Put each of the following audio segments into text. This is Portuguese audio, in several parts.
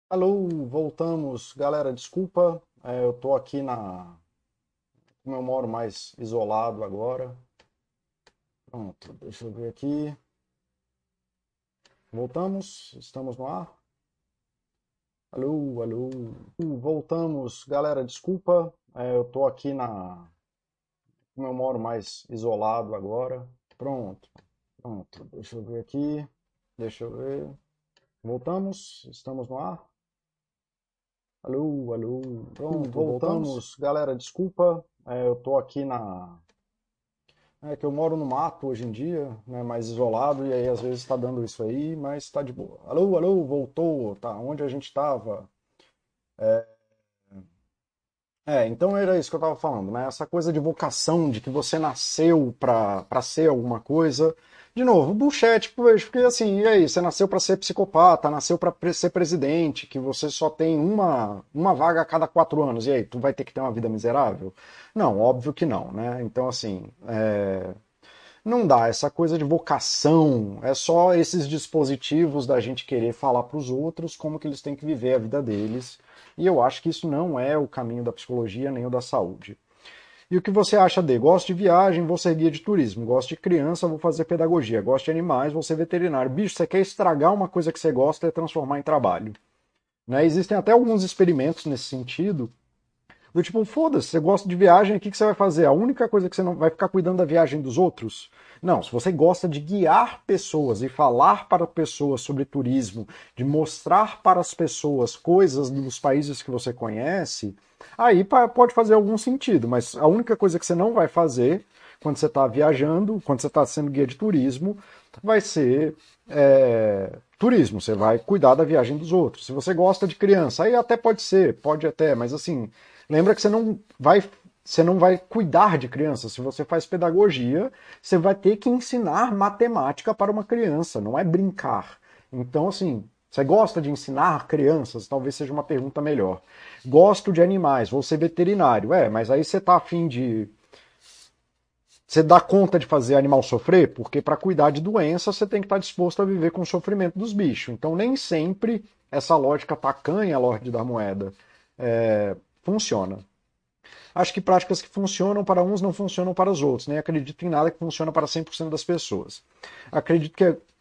Alô, voltamos. Galera, desculpa, eu tô aqui como eu moro mais isolado agora. Pronto, deixa eu ver aqui. Voltamos, estamos no ar. Alô, alô. Voltamos. Galera, desculpa, eu tô aqui como eu moro mais isolado agora. Pronto, pronto, deixa eu ver aqui. Deixa eu ver. Voltamos, estamos no ar. Alô, alô. Pronto, voltamos. Galera, desculpa, eu tô aqui É que eu moro no mato hoje em dia, né, mais isolado, e aí às vezes está dando isso aí, mas está de boa. Alô, alô, voltou, tá, onde a gente estava? Então era isso que eu estava falando, né? Essa coisa de vocação, de que você nasceu para ser alguma coisa. De novo, bullshit, porque assim, e aí, você nasceu para ser psicopata, nasceu para ser presidente, que você só tem uma vaga a cada 4 anos, e aí, tu vai ter que ter uma vida miserável? Não, óbvio que não, né? Então, assim, não dá, essa coisa de vocação, é só esses dispositivos da gente querer falar para os outros como que eles têm que viver a vida deles. E eu acho que isso não é o caminho da psicologia nem o da saúde. E o que você acha de? Gosto de viagem, vou ser guia de turismo. Gosto de criança, vou fazer pedagogia. Gosto de animais, vou ser veterinário. Bicho, você quer estragar uma coisa que você gosta e transformar em trabalho. Né? Existem até alguns experimentos nesse sentido. Do tipo, foda-se, você gosta de viagem, o que você vai fazer? A única coisa que você não vai ficar cuidando da viagem dos outros? Não, se você gosta de guiar pessoas e falar para pessoas sobre turismo, de mostrar para as pessoas coisas dos países que você conhece, aí pode fazer algum sentido, mas a única coisa que você não vai fazer quando você está viajando, quando você está sendo guia de turismo, vai ser turismo, você vai cuidar da viagem dos outros. Se você gosta de criança, aí até pode ser, pode até, mas assim, lembra que você não vai cuidar de criança. Se você faz pedagogia, você vai ter que ensinar matemática para uma criança, não é brincar. Então, assim, você gosta de ensinar crianças? Talvez seja uma pergunta melhor. Gosto de animais, vou ser veterinário. Mas aí você está afim de. Você dá conta de fazer animal sofrer? Porque para cuidar de doença, você tem que estar disposto a viver com o sofrimento dos bichos. Então, nem sempre essa lógica tacanha, a lógica da moeda, funciona. Acho que práticas que funcionam para uns não funcionam para os outros. Nem acredito em nada que funciona para 100% das pessoas. Acredito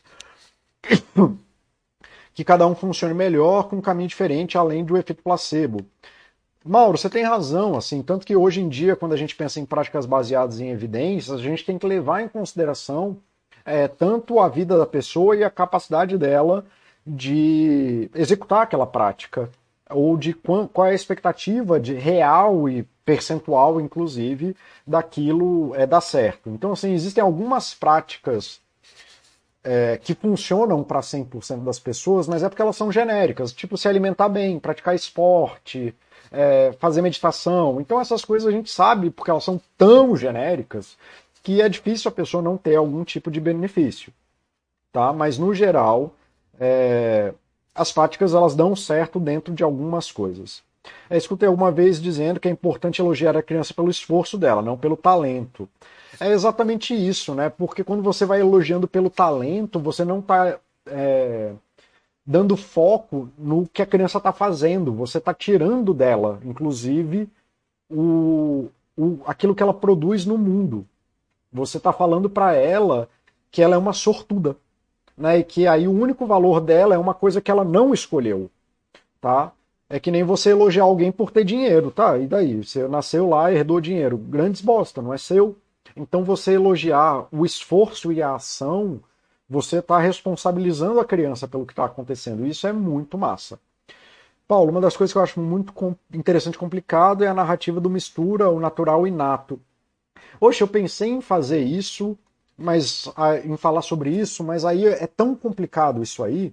que cada um funcione melhor com um caminho diferente, além do efeito placebo. Mauro, você tem razão, assim, tanto que hoje em dia, quando a gente pensa em práticas baseadas em evidências, a gente tem que levar em consideração tanto a vida da pessoa e a capacidade dela de executar aquela prática, ou de qual é a expectativa de real e percentual, inclusive, daquilo dar certo. Então, assim, existem algumas práticas que funcionam para 100% das pessoas, mas é porque elas são genéricas, tipo se alimentar bem, praticar esporte, fazer meditação. Então essas coisas a gente sabe porque elas são tão genéricas que é difícil a pessoa não ter algum tipo de benefício, tá? Mas no geral, é, as práticas elas dão certo dentro de algumas coisas. Escutei alguma vez dizendo que é importante elogiar a criança pelo esforço dela, não pelo talento. É exatamente isso, né? Porque quando você vai elogiando pelo talento, você não está dando foco no que a criança está fazendo. Você está tirando dela, inclusive, aquilo que ela produz no mundo. Você está falando para ela que ela é uma sortuda, né? E que aí o único valor dela é uma coisa que ela não escolheu, tá? É que nem você elogiar alguém por ter dinheiro, tá? E daí? Você nasceu lá, herdou dinheiro. Grandes bosta, não é seu. Então você elogiar o esforço e a ação, você está responsabilizando a criança pelo que está acontecendo. Isso é muito massa. Paulo, uma das coisas que eu acho muito interessante e complicado é a narrativa do mistura, o natural e inato. Oxe, eu pensei em fazer isso, mas em falar sobre isso, mas aí é tão complicado isso aí.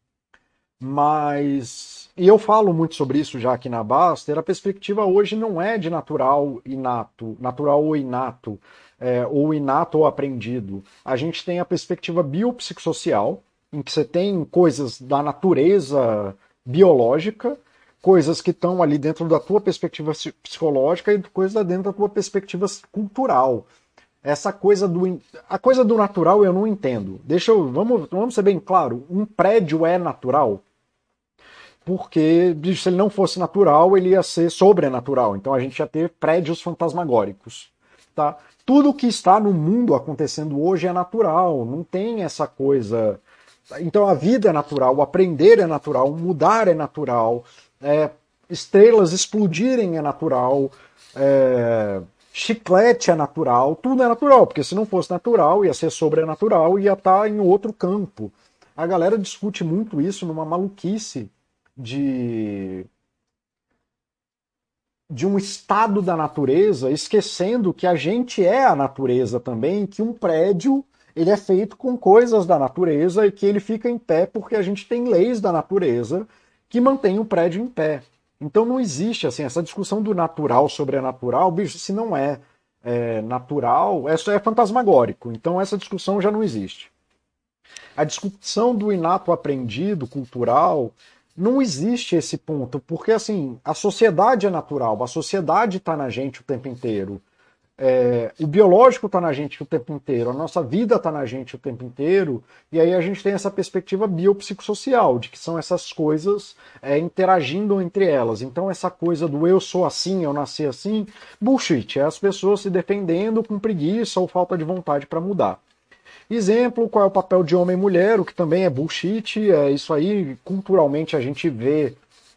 Mas. E eu falo muito sobre isso já aqui na Baster. A perspectiva hoje não é de natural inato, natural ou inato, ou inato ou aprendido. A gente tem a perspectiva biopsicossocial, em que você tem coisas da natureza biológica, coisas que estão ali dentro da tua perspectiva psicológica e coisas dentro da tua perspectiva cultural. Essa coisa do. A coisa do natural eu não entendo. Vamos ser bem claro: um prédio é natural? porque se ele não fosse natural, ele ia ser sobrenatural. Então a gente ia ter prédios fantasmagóricos. Tá? Tudo que está no mundo acontecendo hoje é natural, não tem essa coisa. Então a vida é natural, o aprender é natural, o mudar é natural, é, estrelas explodirem é natural, chiclete é natural, tudo é natural, porque se não fosse natural, ia ser sobrenatural e ia estar em outro campo. A galera discute muito isso numa maluquice de, de um estado da natureza, esquecendo que a gente é a natureza também, que um prédio ele é feito com coisas da natureza e que ele fica em pé porque a gente tem leis da natureza que mantêm o prédio em pé. Então não existe assim essa discussão do natural sobrenatural, bicho, se não é natural, isso é fantasmagórico. Então essa discussão já não existe. A discussão do inato aprendido, cultural, não existe esse ponto, porque assim, a sociedade é natural, a sociedade está na gente o tempo inteiro. O biológico está na gente o tempo inteiro, a nossa vida está na gente o tempo inteiro, e aí a gente tem essa perspectiva biopsicossocial, de que são essas coisas interagindo entre elas. Então, essa coisa do eu sou assim, eu nasci assim, bullshit, é as pessoas se defendendo com preguiça ou falta de vontade para mudar. Exemplo, qual é o papel de homem e mulher, o que também é bullshit, é isso aí, culturalmente a gente vê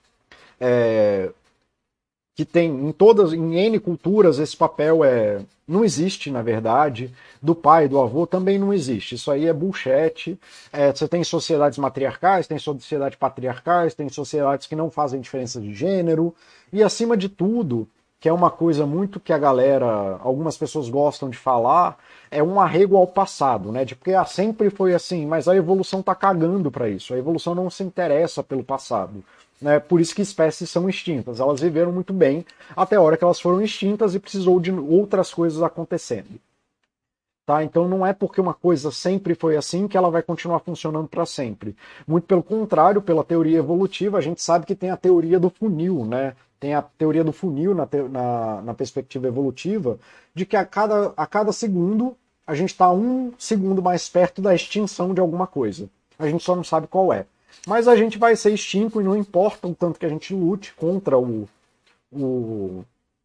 que tem em N culturas esse papel não existe, na verdade, do pai, do avô, também não existe. Isso aí é bullshit. Você tem sociedades matriarcais, tem sociedades patriarcais, tem sociedades que não fazem diferença de gênero, e acima de tudo, que é uma coisa muito que a galera, algumas pessoas gostam de falar, é um arrego ao passado, né? De porque sempre foi assim, mas a evolução tá cagando para isso. A evolução não se interessa pelo passado. Né? Por isso que espécies são extintas. Elas viveram muito bem até a hora que elas foram extintas e precisou de outras coisas acontecendo. Tá? Então não é porque uma coisa sempre foi assim que ela vai continuar funcionando para sempre. Muito pelo contrário, pela teoria evolutiva, a gente sabe que tem a teoria do funil, né? Tem a teoria do funil na perspectiva evolutiva, de que a cada segundo a gente está um segundo mais perto da extinção de alguma coisa. A gente só não sabe qual é. Mas a gente vai ser extinto e não importa o tanto que a gente lute contra o,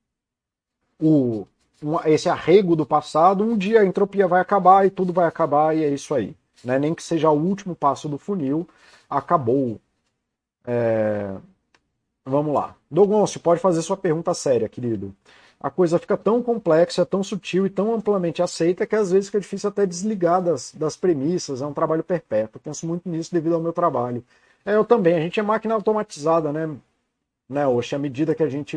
esse arrego do passado, um dia a entropia vai acabar e tudo vai acabar e é isso aí. Né? Nem que seja o último passo do funil, acabou. Vamos lá. Dogoncio, pode fazer sua pergunta séria, querido. A coisa fica tão complexa, tão sutil e tão amplamente aceita que às vezes fica difícil até desligar das premissas. É um trabalho perpétuo. Eu penso muito nisso devido ao meu trabalho. Eu também. A gente é máquina automatizada, né, Oxe? À medida que a gente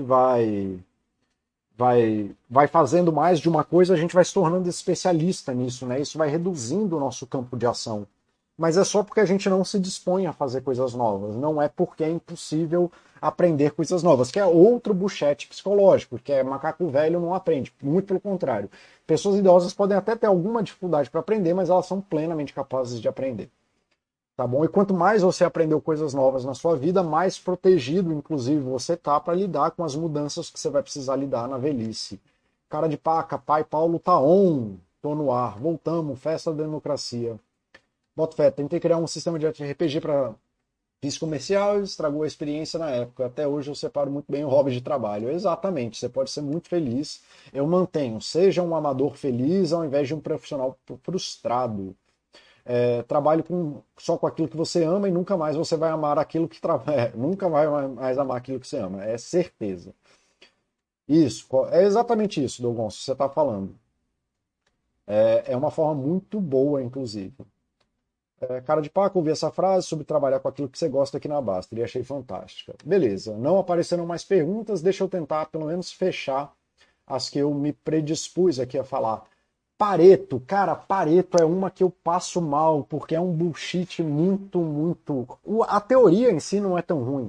vai fazendo mais de uma coisa, a gente vai se tornando especialista nisso, né? Isso vai reduzindo o nosso campo de ação. Mas é só porque a gente não se dispõe a fazer coisas novas. Não é porque é impossível aprender coisas novas, que é outro buchete psicológico, que é macaco velho não aprende. Muito pelo contrário. Pessoas idosas podem até ter alguma dificuldade para aprender, mas elas são plenamente capazes de aprender. Tá bom? E quanto mais você aprendeu coisas novas na sua vida, mais protegido, inclusive, você tá para lidar com as mudanças que você vai precisar lidar na velhice. Cara de paca, pai Paulo tá on, tô no ar, voltamos, festa da democracia. Boto fé, tentei criar um sistema de RPG para fiz comercial e estragou a experiência na época. Até hoje eu separo muito bem o hobby de trabalho. Exatamente, você pode ser muito feliz. Eu mantenho, seja um amador feliz ao invés de um profissional frustrado. Trabalhe só com aquilo que você ama e nunca mais você vai amar aquilo que trabalha. Nunca vai mais amar aquilo que você ama. É certeza. Isso, é exatamente isso, Dogonço, você está falando. É uma forma muito boa, inclusive. Cara de Paco, ouvi essa frase sobre trabalhar com aquilo que você gosta aqui na Basta e achei fantástica. Beleza, não apareceram mais perguntas, deixa eu tentar pelo menos fechar as que eu me predispus aqui a falar. Pareto, cara, Pareto é uma que eu passo mal, porque é um bullshit muito, muito. A teoria em si não é tão ruim.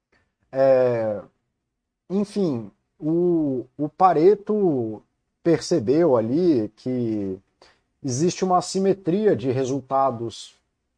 Enfim, o Pareto percebeu ali que existe uma assimetria de resultados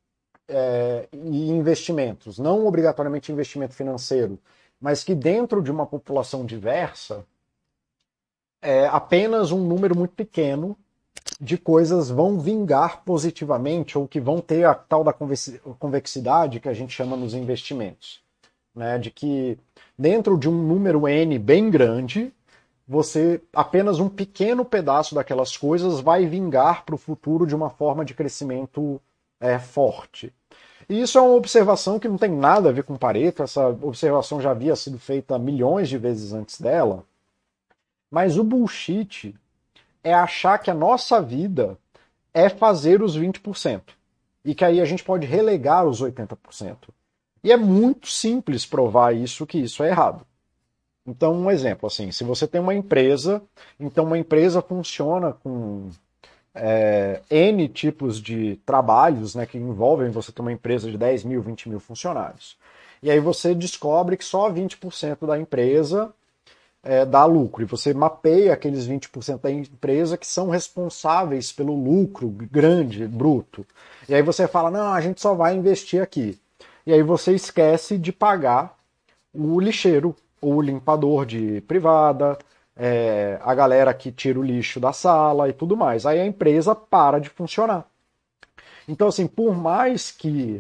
e investimentos, não obrigatoriamente investimento financeiro, mas que dentro de uma população diversa, apenas um número muito pequeno de coisas vão vingar positivamente ou que vão ter a tal da convexidade que a gente chama nos investimentos. né, de que dentro de um número N bem grande, você apenas um pequeno pedaço daquelas coisas vai vingar para o futuro de uma forma de crescimento forte. E isso é uma observação que não tem nada a ver com Pareto, essa observação já havia sido feita milhões de vezes antes dela, mas o bullshit é achar que a nossa vida é fazer os 20%. E que aí a gente pode relegar os 80%. E é muito simples provar isso, que isso é errado. Então, um exemplo, assim, se você tem uma empresa, então uma empresa funciona com N tipos de trabalhos, né, que envolvem você ter uma empresa de 10 mil, 20 mil funcionários. E aí você descobre que só 20% da empresa dá lucro. E você mapeia aqueles 20% da empresa que são responsáveis pelo lucro grande, bruto. E aí você fala, não, a gente só vai investir aqui. E aí você esquece de pagar o lixeiro, o limpador de privada, a galera que tira o lixo da sala e tudo mais. Aí a empresa para de funcionar. Então, assim, por mais que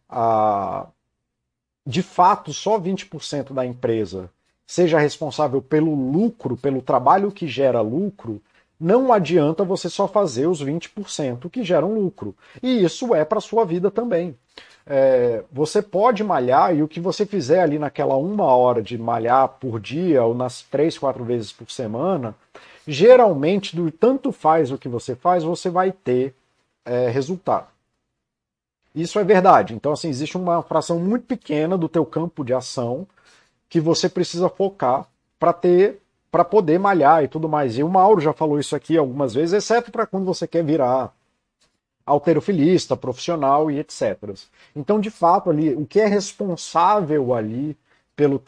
de fato só 20% da empresa seja responsável pelo lucro, pelo trabalho que gera lucro, não adianta você só fazer os 20% que geram lucro. E isso é para a sua vida também. Você pode malhar e o que você fizer ali naquela 1 hora de malhar por dia ou nas 3, 4 vezes por semana, geralmente, do tanto faz o que você vai ter resultado. Isso é verdade. Então, assim, existe uma fração muito pequena do teu campo de ação que você precisa focar para poder malhar e tudo mais. E o Mauro já falou isso aqui algumas vezes, exceto para quando você quer virar halterofilista, profissional e etc. Então, de fato, ali, o que é responsável ali pelo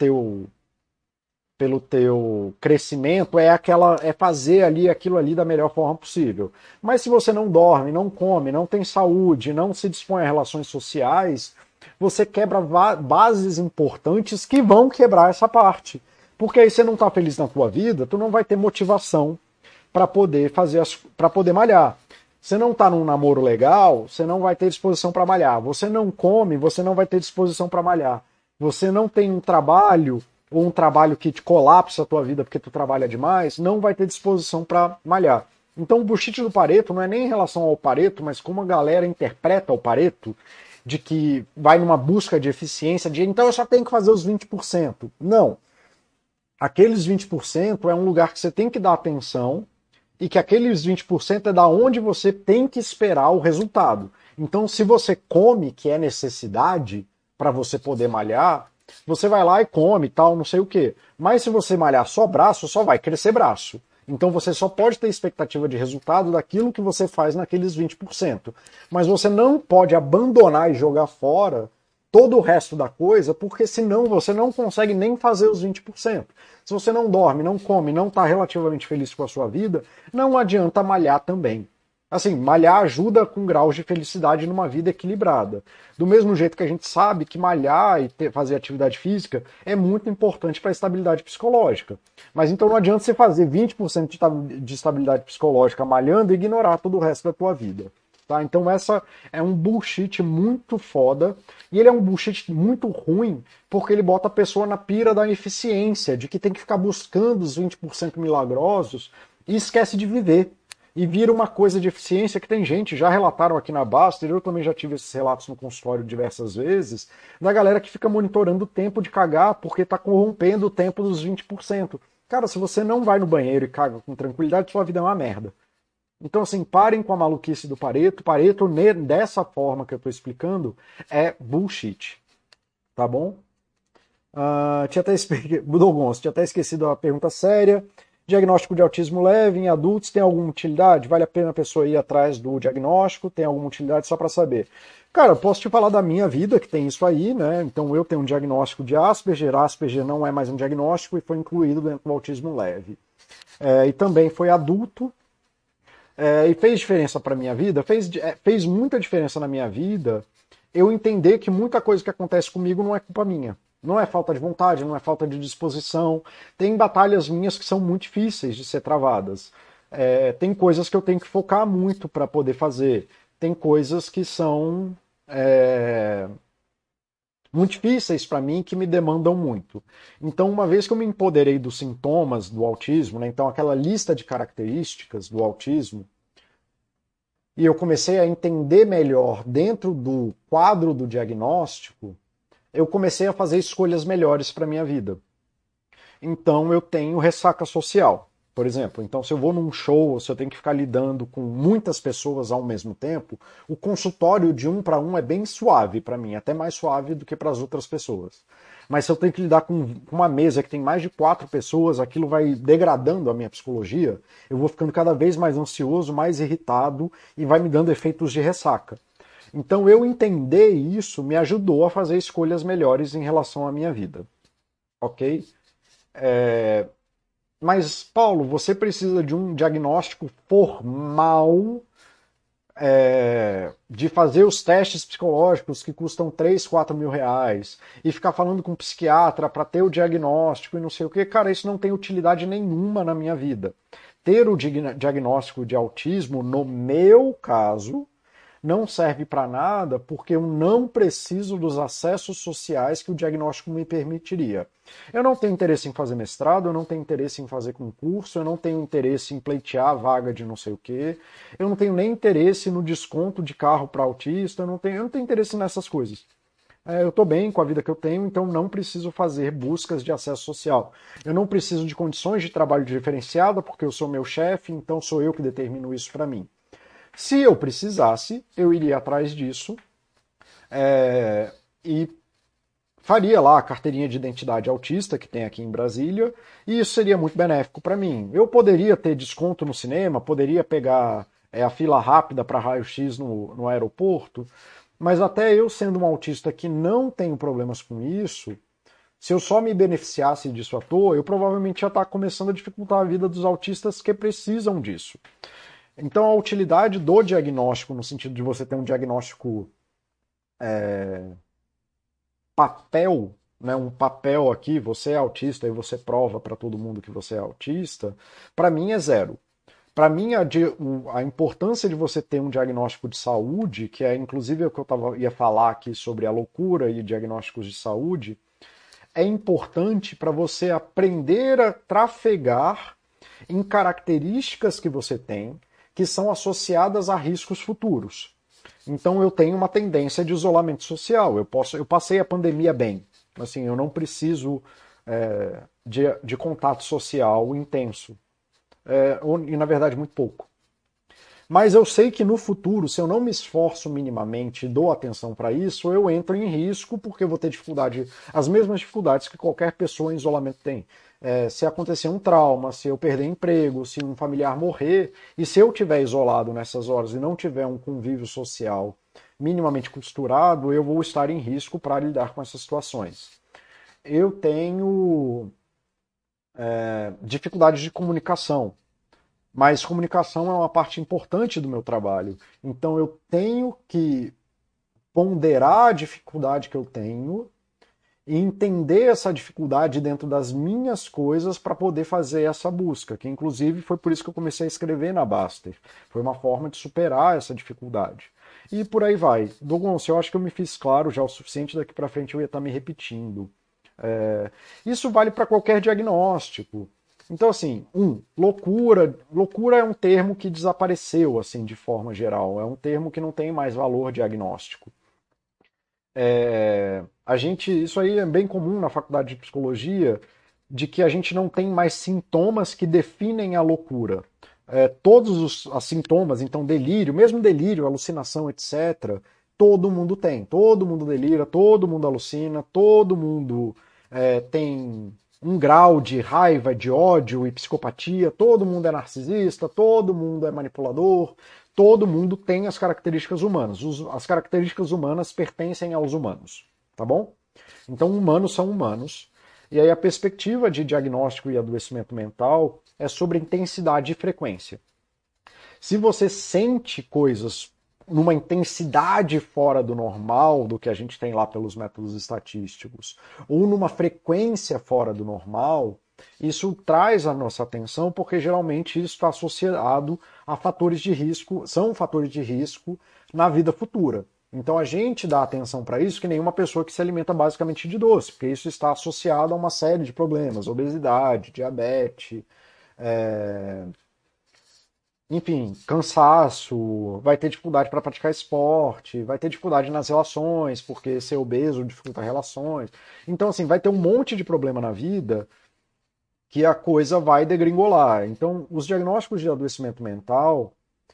teu crescimento é fazer ali aquilo ali da melhor forma possível. Mas se você não dorme, não come, não tem saúde, não se dispõe a relações sociais, você quebra bases importantes que vão quebrar essa parte. Porque aí você não está feliz na tua vida, tu não vai ter motivação para poder para poder malhar. Você não está num namoro legal, você não vai ter disposição para malhar. Você não come, você não vai ter disposição para malhar. Você não tem um trabalho ou um trabalho que te colapsa a tua vida porque tu trabalha demais, não vai ter disposição para malhar. Então o bullshit do Pareto não é nem em relação ao Pareto, mas como a galera interpreta o Pareto, de que vai numa busca de eficiência, de então eu só tenho que fazer os 20%. Não. Aqueles 20% é um lugar que você tem que dar atenção e que aqueles 20% é da onde você tem que esperar o resultado. Então, se você come, que é necessidade para você poder malhar, você vai lá e come tal, não sei o quê. Mas se você malhar só braço, só vai crescer braço. Então você só pode ter expectativa de resultado daquilo que você faz naqueles 20%. Mas você não pode abandonar e jogar fora todo o resto da coisa, porque senão você não consegue nem fazer os 20%. Se você não dorme, não come, não está relativamente feliz com a sua vida, não adianta malhar também. Assim, malhar ajuda com graus de felicidade numa vida equilibrada. Do mesmo jeito que a gente sabe que malhar e fazer atividade física é muito importante para a estabilidade psicológica. Mas então não adianta você fazer 20% de estabilidade psicológica malhando e ignorar todo o resto da tua vida. Tá? Então essa é um bullshit muito foda, e ele é um bullshit muito ruim, porque ele bota a pessoa na pira da eficiência, de que tem que ficar buscando os 20% milagrosos e esquece de viver. E vira uma coisa de eficiência que tem gente, já relataram aqui na Baster, eu também já tive esses relatos no consultório diversas vezes, da galera que fica monitorando o tempo de cagar porque está corrompendo o tempo dos 20%. Cara, se você não vai no banheiro e caga com tranquilidade, sua vida é uma merda. Então, assim, parem com a maluquice do Pareto. Pareto, dessa forma que eu estou explicando, é bullshit. Tá bom? Tinha até Dogonço, tinha até esquecido a pergunta séria. Diagnóstico de autismo leve em adultos tem alguma utilidade? Vale a pena a pessoa ir atrás do diagnóstico? Tem alguma utilidade só para saber? Cara, eu posso te falar da minha vida, que tem isso aí, né? Então eu tenho um diagnóstico de Asperger. Asperger não é mais um diagnóstico e foi incluído dentro do autismo leve. E também foi adulto. E fez diferença para minha vida? Fez muita diferença na minha vida eu entender que muita coisa que acontece comigo não é culpa minha. Não é falta de vontade, não é falta de disposição. Tem batalhas minhas que são muito difíceis de ser travadas. Tem coisas que eu tenho que focar muito para poder fazer. Tem coisas que são muito difíceis para mim que me demandam muito. Então, uma vez que eu me empoderei dos sintomas do autismo, né, então aquela lista de características do autismo, e eu comecei a entender melhor dentro do quadro do diagnóstico, eu comecei a fazer escolhas melhores para minha vida. Então eu tenho ressaca social, por exemplo. Então, se eu vou num show, ou se eu tenho que ficar lidando com muitas pessoas ao mesmo tempo, o consultório de um para um é bem suave para mim, até mais suave do que para as outras pessoas. Mas se eu tenho que lidar com uma mesa que tem mais de 4 pessoas, aquilo vai degradando a minha psicologia, eu vou ficando cada vez mais ansioso, mais irritado e vai me dando efeitos de ressaca. Então, eu entender isso me ajudou a fazer escolhas melhores em relação à minha vida, ok? Mas, Paulo, você precisa de um diagnóstico formal, de fazer os testes psicológicos que custam 3, 4 mil reais e ficar falando com um psiquiatra para ter o diagnóstico e não sei o que. Cara, isso não tem utilidade nenhuma na minha vida. Ter o diagnóstico de autismo, no meu caso, não serve para nada porque eu não preciso dos acessos sociais que o diagnóstico me permitiria. Eu não tenho interesse em fazer mestrado, eu não tenho interesse em fazer concurso, eu não tenho interesse em pleitear a vaga de não sei o quê, eu não tenho nem interesse no desconto de carro para autista, eu não tenho interesse nessas coisas. Eu estou bem com a vida que eu tenho, então não preciso fazer buscas de acesso social. Eu não preciso de condições de trabalho diferenciada, porque eu sou meu chefe, então sou eu que determino isso para mim. Se eu precisasse, eu iria atrás disso e faria lá a carteirinha de identidade autista que tem aqui em Brasília, e isso seria muito benéfico para mim. Eu poderia ter desconto no cinema, poderia pegar a fila rápida para raio-x no aeroporto, mas até eu sendo um autista que não tenho problemas com isso, se eu só me beneficiasse disso à toa, eu provavelmente já estar começando a dificultar a vida dos autistas que precisam disso. Então, a utilidade do diagnóstico, no sentido de você ter um diagnóstico papel, né, um papel aqui, você é autista e você prova para todo mundo que você é autista, para mim é zero. Para mim, a importância de você ter um diagnóstico de saúde, que é inclusive o que eu ia falar aqui sobre a loucura e diagnósticos de saúde, é importante para você aprender a trafegar em características que você tem que são associadas a riscos futuros. Então eu tenho uma tendência de isolamento social. Eu passei a pandemia bem. Assim, eu não preciso de contato social intenso. E na verdade muito pouco. Mas eu sei que no futuro, se eu não me esforço minimamente e dou atenção para isso, eu entro em risco porque eu vou ter dificuldade, as mesmas dificuldades que qualquer pessoa em isolamento tem. Se acontecer um trauma, se eu perder emprego, se um familiar morrer, e se eu estiver isolado nessas horas e não tiver um convívio social minimamente costurado, eu vou estar em risco para lidar com essas situações. Eu tenho dificuldades de comunicação. Mas comunicação é uma parte importante do meu trabalho. Então eu tenho que ponderar a dificuldade que eu tenho e entender essa dificuldade dentro das minhas coisas para poder fazer essa busca, que inclusive foi por isso que eu comecei a escrever na Baster. Foi uma forma de superar essa dificuldade. E por aí vai. Douglas, eu acho que eu me fiz claro já o suficiente, daqui para frente eu ia estar me repetindo. Isso vale para qualquer diagnóstico. Então, assim, loucura. Loucura é um termo que desapareceu, assim, de forma geral. É um termo que não tem mais valor diagnóstico. Isso aí é bem comum na faculdade de psicologia, de que a gente não tem mais sintomas que definem a loucura. Todos os sintomas, então delírio, mesmo delírio, alucinação, etc., todo mundo tem. Todo mundo delira, todo mundo alucina, todo mundo tem um grau de raiva, de ódio e psicopatia, todo mundo é narcisista, todo mundo é manipulador, todo mundo tem as características humanas. As características humanas pertencem aos humanos, tá bom? Então, humanos são humanos. E aí a perspectiva de diagnóstico e adoecimento mental é sobre intensidade e frequência. Se você sente coisas numa intensidade fora do normal, do que a gente tem lá pelos métodos estatísticos, ou numa frequência fora do normal, isso traz a nossa atenção porque geralmente isso está associado a fatores de risco, são fatores de risco na vida futura. Então a gente dá atenção para isso que nenhuma pessoa que se alimenta basicamente de doce, porque isso está associado a uma série de problemas, obesidade, diabetes, é, enfim, cansaço, vai ter dificuldade para praticar esporte, vai ter dificuldade nas relações, porque ser obeso dificulta relações. Então, assim, vai ter um monte de problema na vida que a coisa vai degringolar. Então, os diagnósticos de adoecimento mental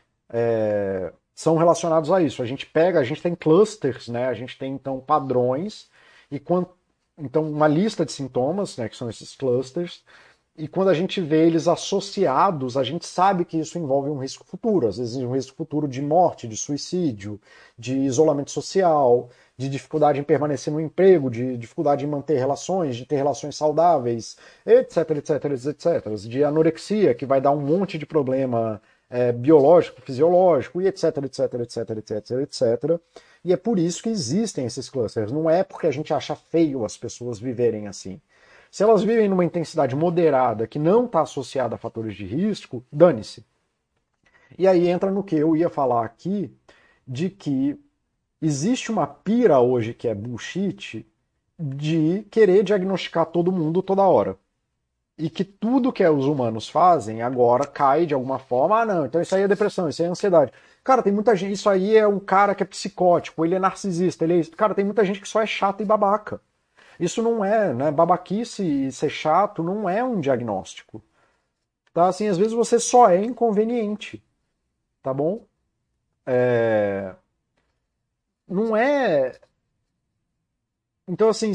são relacionados a isso. A gente tem clusters, né? A gente tem então padrões e então uma lista de sintomas, né? Que são esses clusters. E quando a gente vê eles associados, a gente sabe que isso envolve um risco futuro, às vezes um risco futuro de morte, de suicídio, de isolamento social, de dificuldade em permanecer no emprego, de dificuldade em manter relações, de ter relações saudáveis, etc, etc, etc, de anorexia, que vai dar um monte de problema biológico, fisiológico, e etc, etc, etc, etc, etc. E é por isso que existem esses clusters. Não é porque a gente acha feio as pessoas viverem assim. Se elas vivem numa intensidade moderada que não está associada a fatores de risco, dane-se. E aí entra no que eu ia falar aqui, de que existe uma pira hoje que é bullshit de querer diagnosticar todo mundo toda hora. E que tudo que os humanos fazem agora cai de alguma forma. Ah, não, então isso aí é depressão, isso aí é ansiedade. Cara, tem muita gente. Isso aí é um cara que é psicótico, ele é narcisista, ele é isso. Cara, tem muita gente que só é chata e babaca. Isso não é, né? Babaquice e ser chato não é um diagnóstico. Tá? Assim, às vezes você só é inconveniente, tá bom? É... Não é. Então, assim,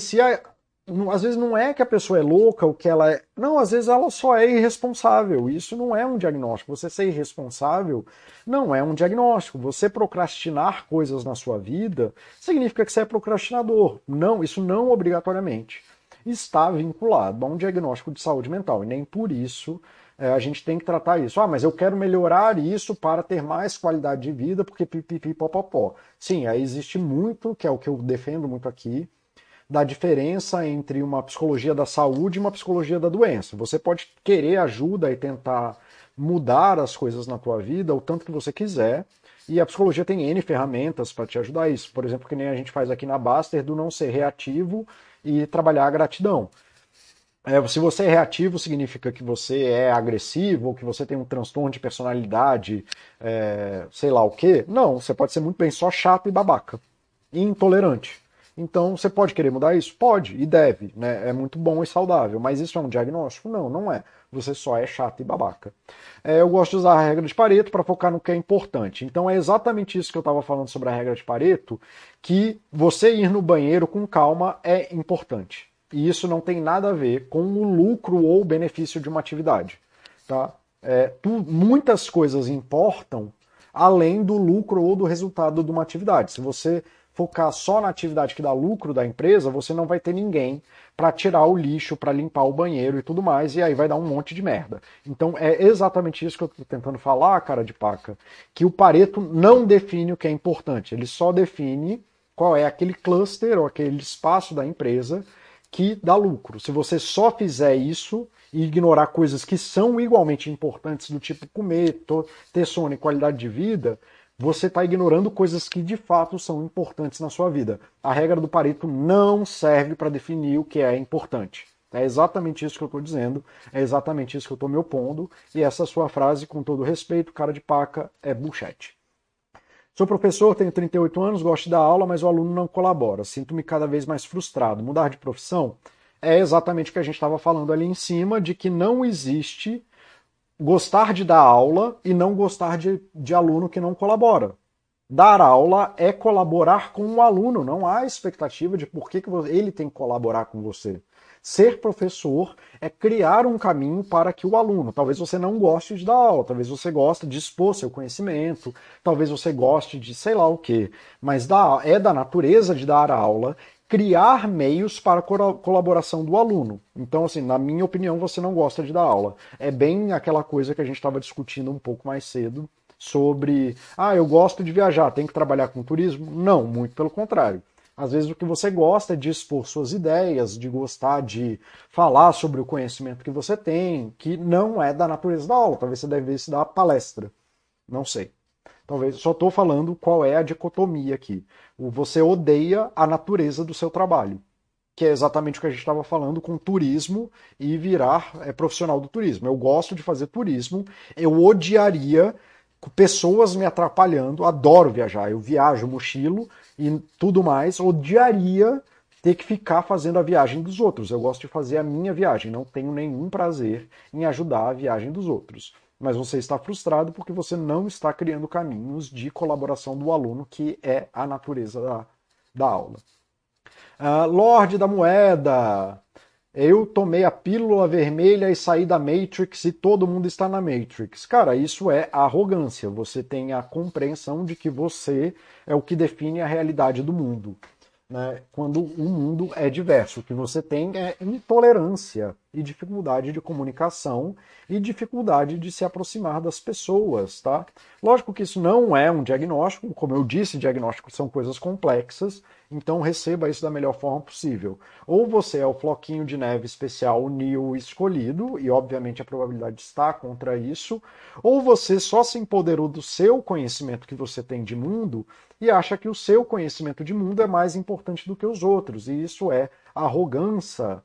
às vezes não é que a pessoa é louca ou que ela é. Não, às vezes ela só é irresponsável. Isso não é um diagnóstico. Você ser irresponsável não é um diagnóstico. Você procrastinar coisas na sua vida significa que você é procrastinador. Não, isso não obrigatoriamente está vinculado a um diagnóstico de saúde mental. E nem por isso a gente tem que tratar isso. Ah, mas eu quero melhorar isso para ter mais qualidade de vida, porque pipipi popopó. Sim, aí existe muito, que é o que eu defendo muito aqui, da diferença entre uma psicologia da saúde e uma psicologia da doença. Você pode querer ajuda e tentar mudar as coisas na tua vida o tanto que você quiser, e a psicologia tem N ferramentas para te ajudar a isso. Por exemplo, que nem a gente faz aqui na Baster, do não ser reativo e trabalhar a gratidão. Se você é reativo, significa que você é agressivo, ou que você tem um transtorno de personalidade, sei lá o quê. Não, você pode ser muito bem só chato e babaca, e intolerante. Então, você pode querer mudar isso? Pode e deve, né? É muito bom e saudável, mas isso é um diagnóstico? Não, não é. Você só é chato e babaca. Eu gosto de usar a regra de Pareto para focar no que é importante. Então, é exatamente isso que eu estava falando sobre a regra de Pareto, que você ir no banheiro com calma é importante. E isso não tem nada a ver com o lucro ou o benefício de uma atividade. Tá? Muitas coisas importam além do lucro ou do resultado de uma atividade. Se você focar só na atividade que dá lucro da empresa, você não vai ter ninguém para tirar o lixo, para limpar o banheiro e tudo mais, e aí vai dar um monte de merda. Então é exatamente isso que eu estou tentando falar, cara de paca, que o Pareto não define o que é importante, ele só define qual é aquele cluster ou aquele espaço da empresa que dá lucro. Se você só fizer isso e ignorar coisas que são igualmente importantes, do tipo comer, ter sono e qualidade de vida, você está ignorando coisas que de fato são importantes na sua vida. A regra do Pareto não serve para definir o que é importante. É exatamente isso que eu estou dizendo, é exatamente isso que eu estou me opondo, e essa sua frase, com todo respeito, cara de paca, é bullshit. Sou professor, tenho 38 anos, gosto de dar aula, mas o aluno não colabora. Sinto-me cada vez mais frustrado. Mudar de profissão é exatamente o que a gente estava falando ali em cima, de que não existe gostar de dar aula e não gostar de aluno que não colabora. Dar aula é colaborar com o aluno, não há expectativa de por que ele tem que colaborar com você. Ser professor é criar um caminho para que o aluno, talvez você não goste de dar aula, talvez você goste de expor seu conhecimento, talvez você goste de sei lá o quê, mas é da natureza de dar aula criar meios para a colaboração do aluno. Então, assim, na minha opinião, você não gosta de dar aula. É bem aquela coisa que a gente estava discutindo um pouco mais cedo sobre, eu gosto de viajar, tem que trabalhar com turismo? Não, muito pelo contrário. Às vezes o que você gosta é de expor suas ideias, de gostar de falar sobre o conhecimento que você tem, que não é da natureza da aula. Talvez você devesse dar palestra. Não sei. Talvez só estou falando qual é a dicotomia aqui. Você odeia a natureza do seu trabalho, que é exatamente o que a gente estava falando com turismo e virar profissional do turismo. Eu gosto de fazer turismo, eu odiaria pessoas me atrapalhando, adoro viajar, eu viajo, mochilo e tudo mais, odiaria ter que ficar fazendo a viagem dos outros. Eu gosto de fazer a minha viagem, não tenho nenhum prazer em ajudar a viagem dos outros. Mas você está frustrado porque você não está criando caminhos de colaboração do aluno, que é a natureza da aula. Lorde da Moeda, eu tomei a pílula vermelha e saí da Matrix e todo mundo está na Matrix. Cara, isso é arrogância. Você tem a compreensão de que você é o que define a realidade do mundo, né? Quando o mundo é diverso, o que você tem é intolerância e dificuldade de comunicação e dificuldade de se aproximar das pessoas, tá? Lógico que isso não é um diagnóstico, como eu disse, diagnósticos são coisas complexas, então receba isso da melhor forma possível. Ou você é o floquinho de neve especial Neo escolhido, e obviamente a probabilidade está contra isso, ou você só se empoderou do seu conhecimento que você tem de mundo e acha que o seu conhecimento de mundo é mais importante do que os outros, e isso é arrogância.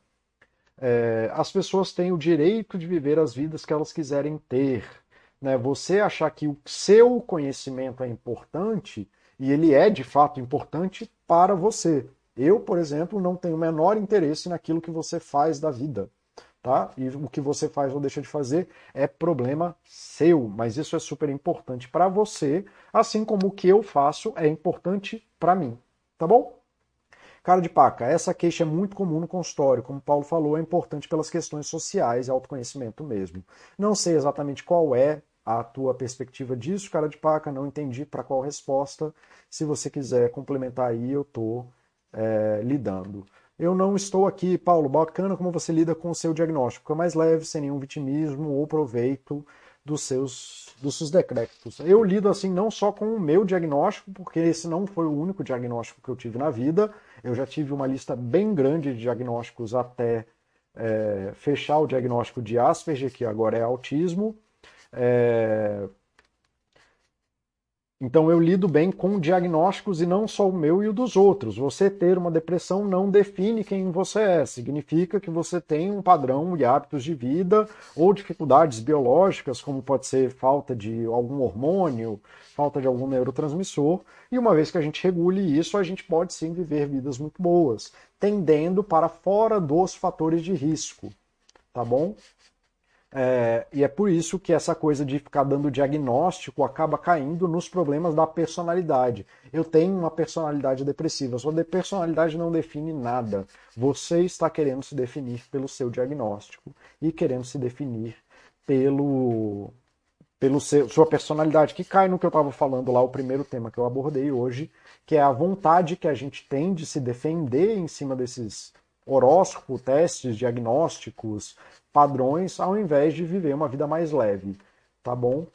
As pessoas têm o direito de viver as vidas que elas quiserem ter, né? Você achar que o seu conhecimento é importante, e ele é de fato importante para você. Eu, por exemplo, não tenho o menor interesse naquilo que você faz da vida, tá? E o que você faz ou deixa de fazer é problema seu, mas isso é super importante para você, assim como o que eu faço é importante para mim, tá bom? Cara de paca, essa queixa é muito comum no consultório. Como o Paulo falou, é importante pelas questões sociais e autoconhecimento mesmo. Não sei exatamente qual é a tua perspectiva disso, cara de paca, não entendi para qual resposta. Se você quiser complementar aí, eu estou lidando. Eu não estou aqui, Paulo, bacana como você lida com o seu diagnóstico. É mais leve, sem nenhum vitimismo ou proveito dos seus decrépitos. Eu lido assim não só com o meu diagnóstico, porque esse não foi o único diagnóstico que eu tive na vida. Eu já tive uma lista bem grande de diagnósticos até fechar o diagnóstico de Asperger, que agora é autismo. É, então eu lido bem com diagnósticos e não só o meu e o dos outros. Você ter uma depressão não define quem você é, significa que você tem um padrão e hábitos de vida ou dificuldades biológicas, como pode ser falta de algum hormônio, falta de algum neurotransmissor, e uma vez que a gente regule isso, a gente pode sim viver vidas muito boas, tendendo para fora dos fatores de risco, tá bom? E é por isso que essa coisa de ficar dando diagnóstico acaba caindo nos problemas da personalidade. Eu tenho uma personalidade depressiva, sua personalidade não define nada. Você está querendo se definir pelo seu diagnóstico e querendo se definir pelo sua personalidade, que cai no que eu estava falando lá, o primeiro tema que eu abordei hoje, que é a vontade que a gente tem de se defender em cima desses horóscopos, testes, diagnósticos, padrões, ao invés de viver uma vida mais leve, tá bom?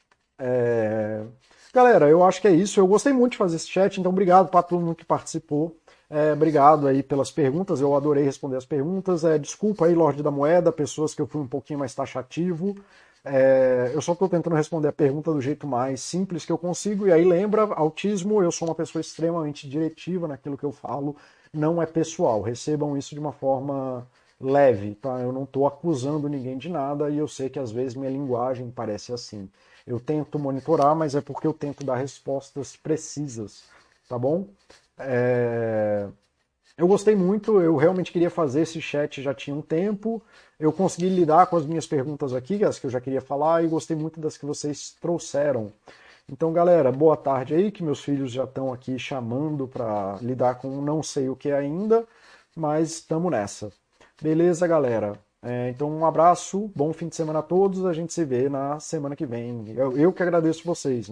Galera, eu acho que é isso. Eu gostei muito de fazer esse chat, então obrigado para todo mundo que participou. Obrigado aí pelas perguntas, eu adorei responder as perguntas. Desculpa aí, Lorde da Moeda, pessoas que eu fui um pouquinho mais taxativo. Eu só estou tentando responder a pergunta do jeito mais simples que eu consigo. E aí lembra, autismo, eu sou uma pessoa extremamente diretiva naquilo que eu falo, não é pessoal. Recebam isso de uma forma leve, tá? Eu não estou acusando ninguém de nada e eu sei que às vezes minha linguagem parece assim. Eu tento monitorar, mas é porque eu tento dar respostas precisas, tá bom? É, Eu gostei muito, eu realmente queria fazer esse chat já tinha um tempo. Eu consegui lidar com as minhas perguntas aqui, as que eu já queria falar, e gostei muito das que vocês trouxeram. Então, galera, boa tarde aí, que meus filhos já estão aqui chamando para lidar com não sei o que ainda, mas estamos nessa. Beleza, galera? Então, um abraço, bom fim de semana a todos, a gente se vê na semana que vem. Eu que agradeço vocês.